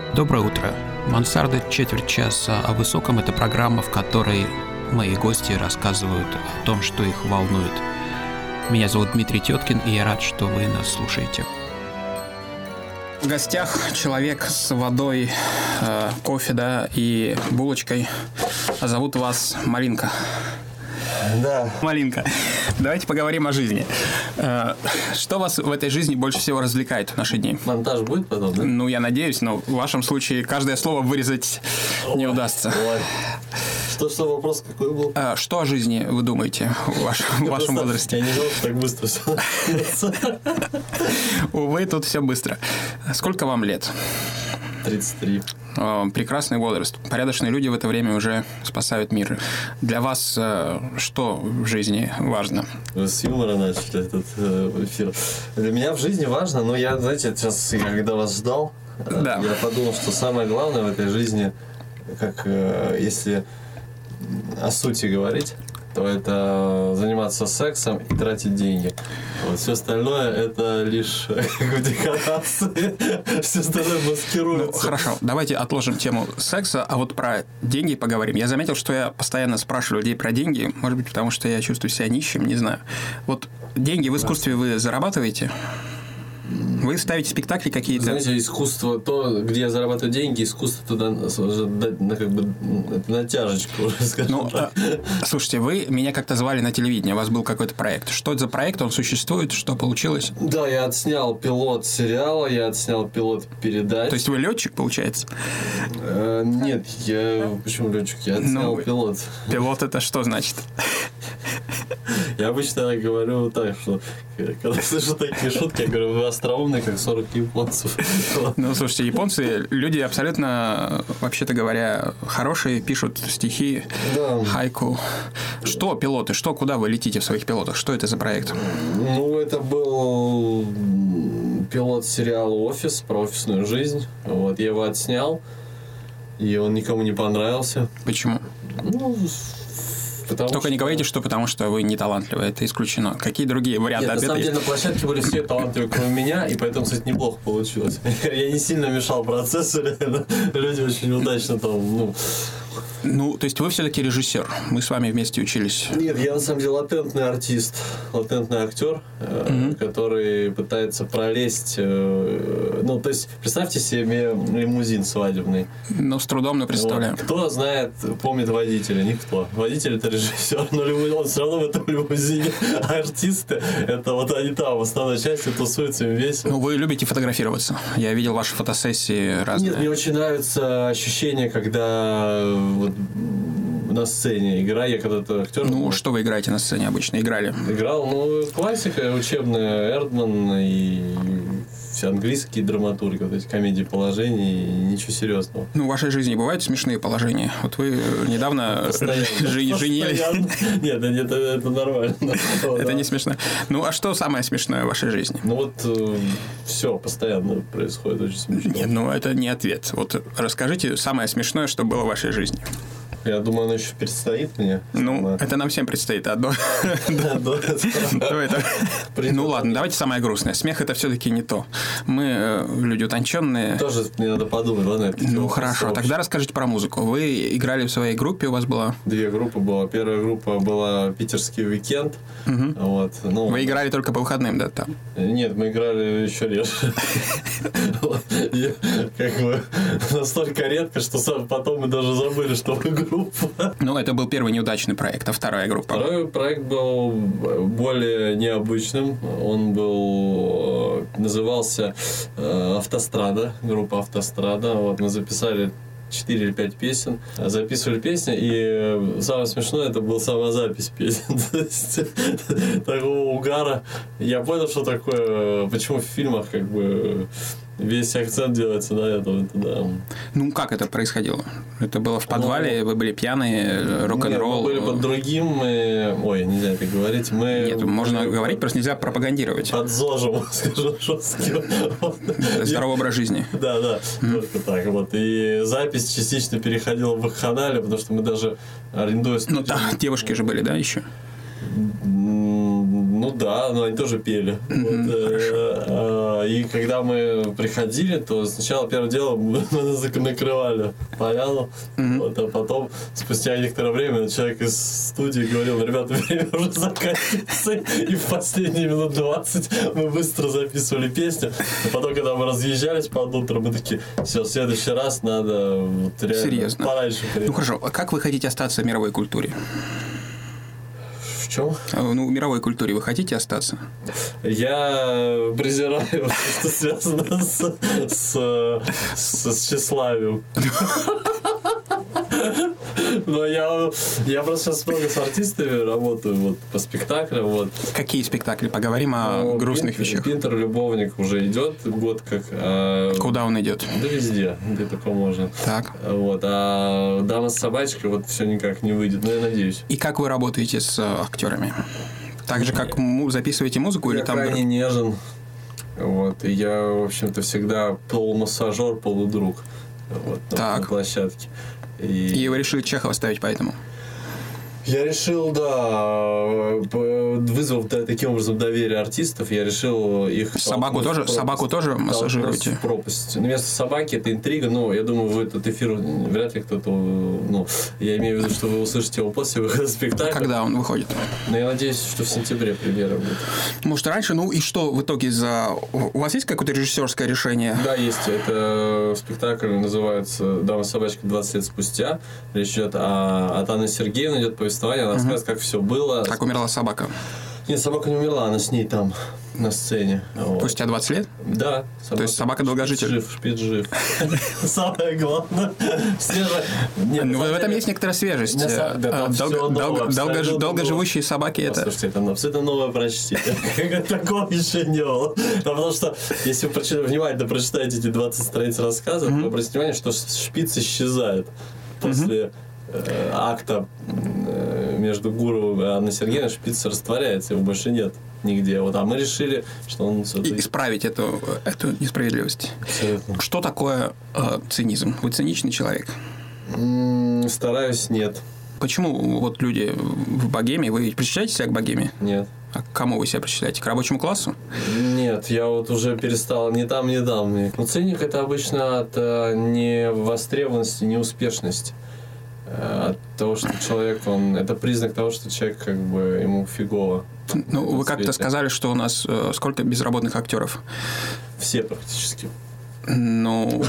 Доброе утро. «Мансарда. Четверть часа о высоком» — это программа, в которой мои гости рассказывают о том, что их волнует. Меня зовут Дмитрий Теткин, и я рад, что вы нас слушаете. В гостях человек с водой, кофе, и булочкой. А зовут вас Малинка. Да. Малинка. Давайте поговорим о жизни. Что вас в этой жизни больше всего развлекает в наши дни? Монтаж будет потом, да? Ну, я надеюсь, но в вашем случае каждое слово вырезать не удастся. Что вопрос какой был? Что о жизни вы думаете в вашем возрасте? Я не знал, что так быстро все. Увы, тут все быстро. Сколько вам лет? 33. Прекрасный возраст. Порядочные люди в это время уже спасают мир. Для вас что в жизни важно? Вы с юмора начали этот эфир. Для меня в жизни важно, но я, знаете, сейчас, когда вас ждал, я подумал, что самое главное в этой жизни, как если о сути говорить, то это заниматься сексом и тратить деньги. Вот. Все остальное это лишь декорации. Все остальное маскируется. Ну, хорошо, давайте отложим тему секса, а вот про деньги поговорим. Я заметил, что я постоянно спрашиваю людей про деньги, может быть, потому что я чувствую себя нищим, не знаю. Вот деньги в искусстве вы зарабатываете? Вы ставите спектакли какие-то? Знаете, искусство, то, где я зарабатываю деньги, искусство туда как бы натяжечку уже, скажем так. Слушайте, вы меня как-то звали на телевидение, у вас был какой-то проект. Что это за проект? Он существует? Что получилось? Да, я отснял пилот сериала, я отснял пилот передач. То есть вы летчик, получается? Нет, почему летчик? Я отснял пилот. Пилот это что значит? Я обычно говорю так, что когда слышу такие шутки, я говорю, вы остроумные, как 40 японцев. Ну, слушайте, японцы, люди абсолютно, вообще-то говоря, хорошие, пишут стихи, хайку. Что пилоты? Куда вы летите в своих пилотах? Что это за проект? Ну, это был пилот сериала «Офис», про офисную жизнь. Вот, я его отснял, и он никому не понравился. Почему? Только не говорите, что потому что вы не талантливы, это исключено. Какие другие варианты ответа есть? На самом деле на площадке были все талантливые, кроме меня, и поэтому, кстати, неплохо получилось. Я не сильно мешал процессу, люди очень удачно там, Ну, то есть вы все-таки режиссер. Мы с вами вместе учились. Нет, я на самом деле латентный артист, латентный актер, который пытается пролезть. То есть, представьте себе лимузин свадебный. Ну, с трудом, но представляю. Вот. Кто знает, помнит водителя? Никто. Водитель — это режиссер, но он все равно в этом лимузине. А артисты — это вот они там в основной части тусуются, им весело. Ну, вы любите фотографироваться. Я видел ваши фотосессии разные. Нет, мне очень нравится ощущение, когда на сцене играю. Я когда-то актер. Ну, что вы играете на сцене обычно? Играли? Играл, классика учебная, Эрдман и все английские драматурги, вот эти комедии положений, ничего серьезного. Ну, в вашей жизни бывают смешные положения? Вот вы недавно женились. Нет, это нормально. Это не смешно. Ну, а что самое смешное в вашей жизни? Ну, все постоянно происходит очень смешно. Нет, это не ответ. Вот расскажите самое смешное, что было в вашей жизни. Я думаю, оно еще предстоит мне. Ну, это нам всем предстоит. Ну, ладно, давайте самое грустное. Смех — это все-таки не то. Мы люди утонченные. Тоже мне надо подумать, ладно? Ну, хорошо. Тогда расскажите про музыку. Вы играли в своей группе, у вас была? 2 группы было. Первая группа была «Питерский уикенд». Вы играли только по выходным, да, там? Нет, мы играли еще реже. Как бы настолько редко, что потом мы даже забыли, что мы группа. Ну, это был первый неудачный проект, а вторая группа? Второй проект был более необычным. Он назывался «Автострада», группа «Автострада». Вот, мы записали 4 или 5 песен. Записывали песни, и самое смешное, это была самозапись песен. То есть, такого угара. Я понял, что такое, почему в фильмах как бы весь акцент делается на этом. Ну, как это происходило? Это было в подвале, вы были пьяные, рок-н-ролл? Мы были под другим, нельзя это говорить. Нет, можно говорить, просто нельзя пропагандировать. Под ЗОЖем, скажу жестко. Здоровый образ жизни. Да, только так вот. И запись частично переходила в вакханалию, потому что мы даже арендуя студию... Ну, там девушки же были, да, еще? Ну да, но они тоже пели. И когда мы приходили, то сначала первое дело мы накрывали поляну, а потом спустя некоторое время человек из студии говорил: ребята, время уже заканчивается, и в последние минут 20 мы быстро записывали песню. А потом, когда мы разъезжались под утро, мы такие: все, в следующий раз надо вот реально серьезно пораньше приехать. Ну хорошо, а как вы хотите остаться в мировой культуре? В чем? Ну, в мировой культуре вы хотите остаться? Я презираю все, что связано с тщеславием. Но я просто сейчас много с артистами работаю, вот, по спектаклям. Вот. Какие спектакли? Поговорим о грустных вещах. «Пинтер. Любовник» уже идет год как. Куда он идет? Да везде, где только можно. Так. Вот, а «Дама с собачкой» вот все никак не выйдет, но я надеюсь. И как вы работаете с актерами? Так же, как записываете музыку или там? Я крайне нежен. Вот, и я, в общем-то, всегда полумассажер, полудруг. Вот, на площадке. И вы решили Чехова ставить поэтому? Я решил, да, вызвав таким образом доверие артистов, я решил их... Собаку тоже массажируете? В пропасть. Вместо собаки это интрига, но я думаю, в этот эфир вряд ли кто-то... Ну, я имею в виду, что вы услышите его после выхода спектакля. Когда он выходит? Но я надеюсь, что в сентябре премьера будет. Может, раньше? Ну и что в итоге У вас есть какое-то режиссерское решение? Да, есть. Это спектакль называется «Дама с собачкой 20 лет спустя». Речь идет от Анны Сергеевны, идет повествование. Она рассказывает, как все было. Как умерла собака? Нет, собака не умерла, она с ней там на сцене. Спустя 20 лет? Да. То есть собака долгожитель? Шпиц жив. Самое главное. Ну, в этом есть некоторая свежесть. Долгоживущие собаки это... Слушайте, это абсолютно новое прочтение. Такого еще не было. Потому что, если вы внимательно прочитаете эти 20 страниц рассказа, вы обратите внимание, что Шпиц исчезает после акта между Гуровым и Анной Сергеевной. Шпиц растворяется, его больше нет нигде. Вот, а мы решили, что он... Исправить эту несправедливость. Абсолютно. Что такое цинизм? Вы циничный человек? Стараюсь, нет. Почему вот люди в богеме, вы причисляете себя к богеме? Нет. А к кому вы себя причисляете? К рабочему классу? Нет, я вот уже перестал ни там. Ну, циник – это обычно от невостребованности, неуспешности. От того, что человек, это признак того, что человек как бы ему фигово. Ну, вы как-то сказали, что у нас сколько безработных актеров? Все практически. Ну...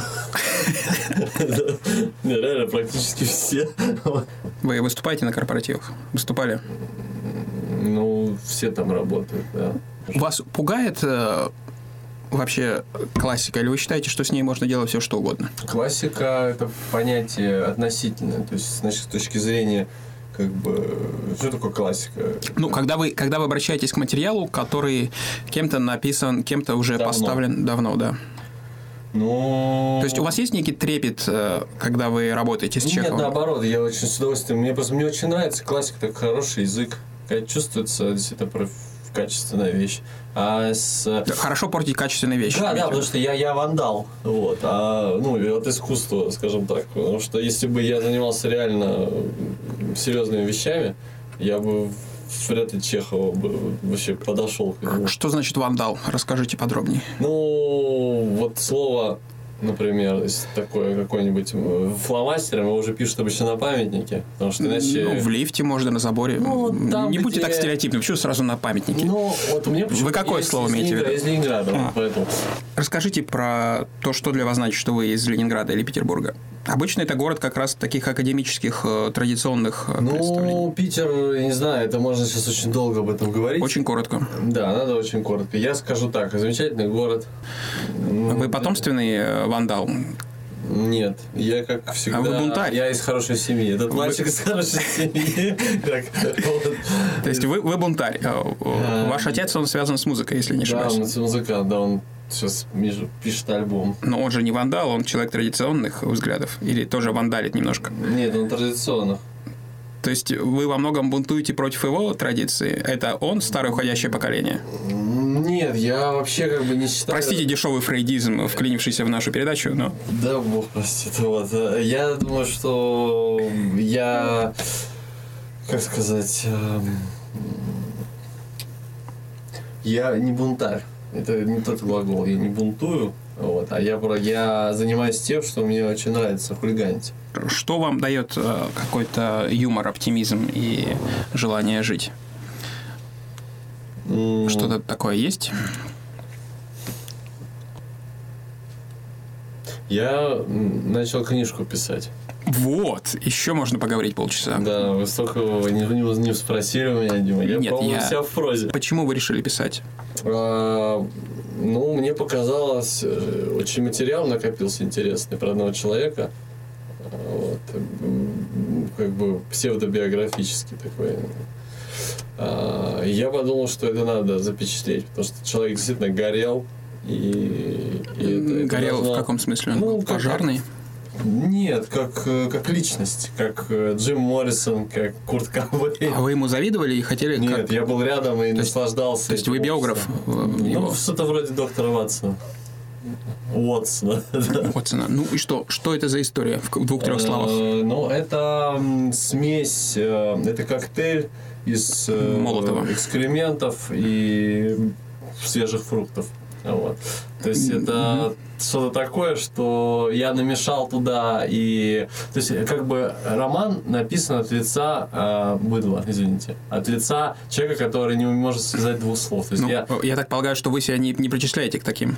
Реально, практически все. Вы выступаете на корпоративах? Выступали? Ну, все там работают, да. Вас пугает вообще классика, или вы считаете, что с ней можно делать все, что угодно? Классика – это понятие относительное. То есть, значит, с точки зрения, как бы, что такое классика? Ну, когда вы обращаетесь к материалу, который кем-то написан, кем-то уже поставлен давно, да. Ну... То есть у вас есть некий трепет, когда вы работаете с Чеховым? Нет, наоборот, я очень с удовольствием. Мне очень нравится классика, так хороший язык. Чувствуется действительно качественная вещь. Хорошо портить качественные вещи. Да, потому что я вандал. Вот. От искусства, скажем так. Потому что если бы я занимался реально серьезными вещами, я бы вряд ли Чехова бы вообще подошел к нему. Что значит вандал? Расскажите подробнее. Ну, вот слово, например, такое какой-нибудь фломастером, его уже пишут обычно на памятнике, потому что иначе... Ну, в лифте можно, на заборе. Не будьте так стилеотипны, почему сразу на памятнике? Ну, вот мне почему-то... Вы какое слово имеете в виду? Из Ленинграда, поэтому... Расскажите про то, что для вас значит, что вы из Ленинграда или Петербурга. Обычно это город как раз таких академических, традиционных представлений. Ну, Питер, я не знаю, это можно сейчас очень долго об этом говорить. Очень коротко. Да, надо очень коротко. Я скажу так, замечательный город. Вы потомственный вандал? Нет, я как всегда... А вы бунтарь? Я из хорошей семьи. Этот мальчик из хорошей семьи. То есть вы бунтарь. Ваш отец, он связан с музыкой, если не ошибаюсь. Да, он музыкант, да, он сейчас пишет альбом. Но он же не вандал, он человек традиционных взглядов. Или тоже вандалит немножко? Нет, он традиционных. То есть вы во многом бунтуете против его традиции? Это он, старое уходящее поколение? Нет, я вообще как бы не считаю... Простите дешевый фрейдизм, вклинившийся в нашу передачу, но... Да, бог простит. Вот. Я думаю, что я... Как сказать... Я не бунтарь. Это не тот глагол. Я не бунтую. Вот, а я занимаюсь тем, что мне очень нравится хулиганить. Что вам дает какой-то юмор, оптимизм и желание жить? Что-то такое есть? Я начал книжку писать. Вот, еще можно поговорить полчаса. Да, вы столько не спросили у меня, Дима. Я пробую себя в прозе. Почему вы решили писать? Мне показалось, очень материал накопился интересный про одного человека. Вот, как бы псевдобиографический такой. Я подумал, что это надо запечатлеть, потому что человек действительно горел. Горел в каком смысле? Он был пожарный? Нет, как личность, как Джим Моррисон, как Курт Кобейн. А вы ему завидовали и хотели... Нет, я был рядом и наслаждался. То есть вы биограф? Что-то вроде доктора Уотсона. Уотсона. Ну и что? Что это за история в 2-3 словах? Это смесь, это коктейль из экскрементов и свежих фруктов. Вот. То есть это что-то такое, что я намешал туда и... То есть как бы роман написан от лица быдла, извините. От лица человека, который не может связать 2 слов. То есть я так полагаю, что вы себя не причисляете к таким.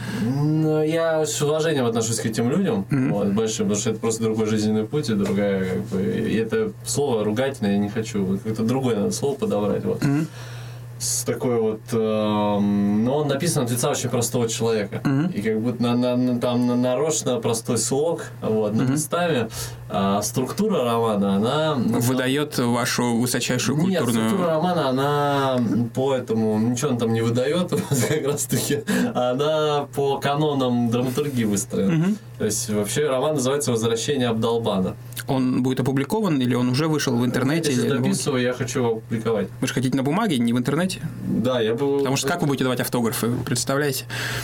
Я с уважением отношусь к этим людям, вот, большим, потому что это просто другой жизненный путь и другая, как бы, и это слово ругательное я не хочу, какое-то другое надо слово подобрать. Вот. С такой вот... но он написан от лица очень простого человека. И как будто там нарочно простой слог, вот, на местами. А структура романа, она... Выдает вашу высочайшую культурную... Нет, структура романа, она по этому... Ничего он там не выдает, как раз таки. Она по канонам драматургии выстроена. То есть, вообще, роман называется «Возвращение Абдалбана». Он будет опубликован или он уже вышел в интернете? Я записываю, я хочу его опубликовать. Вы же хотите на бумаге, не в интернете? Да, я бы... Потому что как вы будете давать автографы, представляете?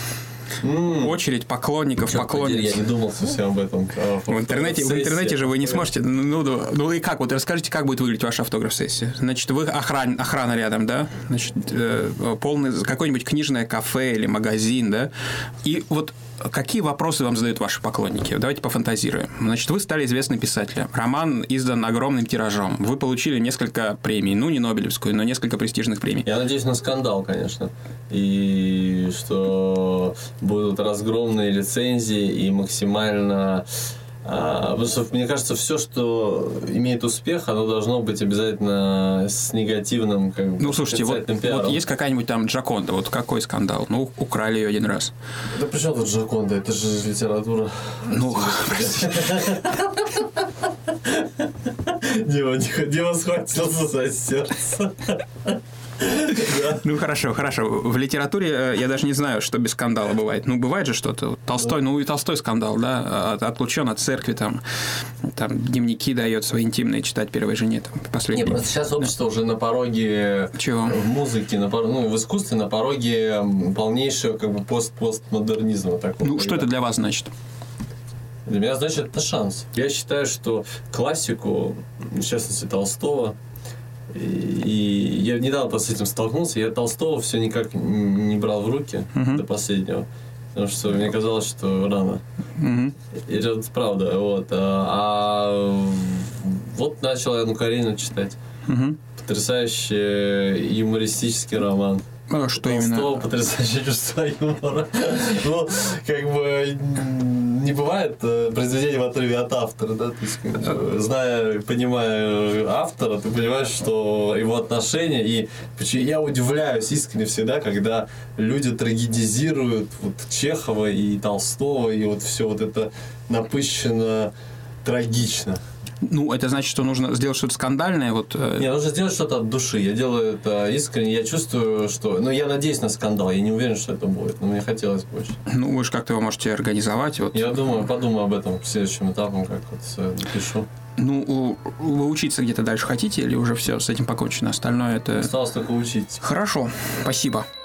Очередь поклонников, поклонниц. Я не думал совсем об этом. В интернете же вы не сможете. Ну и как? Вот расскажите, как будет выглядеть ваша автограф-сессия? Значит, вы охрана рядом, да? Значит, полный какое-нибудь книжное кафе или магазин, да? И вот какие вопросы вам задают ваши поклонники? Давайте пофантазируем. Значит, вы стали известным писателем. Роман издан огромным тиражом. Вы получили несколько премий. Ну, не Нобелевскую, но несколько престижных премий. Я надеюсь на скандал, конечно. И что будут разгромные лицензии и максимально... Потому что, мне кажется, все, что имеет успех, оно должно быть обязательно с негативным, как бы, ну, слушайте, вот есть какая-нибудь там Джоконда, вот какой скандал? Ну, украли ее один раз. Да при чем тут Джоконда? Это же литература. Ну, Дима схватился за сердце. Ну, хорошо. В литературе я даже не знаю, что без скандала бывает. Ну, бывает же что-то. Толстой, ну и Толстой скандал, да, отлучен от церкви, там дневники дает свои интимные читать первой жене, там, последней. Нет, просто сейчас общество уже на пороге... Чего? В музыке, в искусстве на пороге полнейшего, как бы, постмодернизма. Такого, ну, что это для вас значит? Для меня, значит, это шанс. Я считаю, что классику, в частности, Толстого, и я недавно с этим столкнулся, я Толстого все никак не брал в руки до последнего, потому что мне казалось, что рано. И это правда. Вот. Вот начал я Каренину читать. Потрясающий юмористический роман. А что Толстого, именно? Потрясающее чувство юмора. Ну, как бы... Не бывает произведение в отрыве от автора, да? То есть, зная, понимая автора, ты понимаешь, что его отношения, и я удивляюсь искренне всегда, когда люди трагедизируют вот Чехова и Толстого, и вот все вот это напыщенно трагично. Ну, это значит, что нужно сделать что-то скандальное. Вот... Не, нужно сделать что-то от души. Я делаю это искренне. Я чувствую, что... Ну, я надеюсь на скандал. Я не уверен, что это будет. Но мне хотелось бы очень. Ну, вы же как-то его можете организовать. Вот. Я подумаю об этом следующим этапом, как вот напишу. Ну, вы учиться где-то дальше хотите или уже все с этим покончено? Остальное это... Осталось только учить. Хорошо. Спасибо.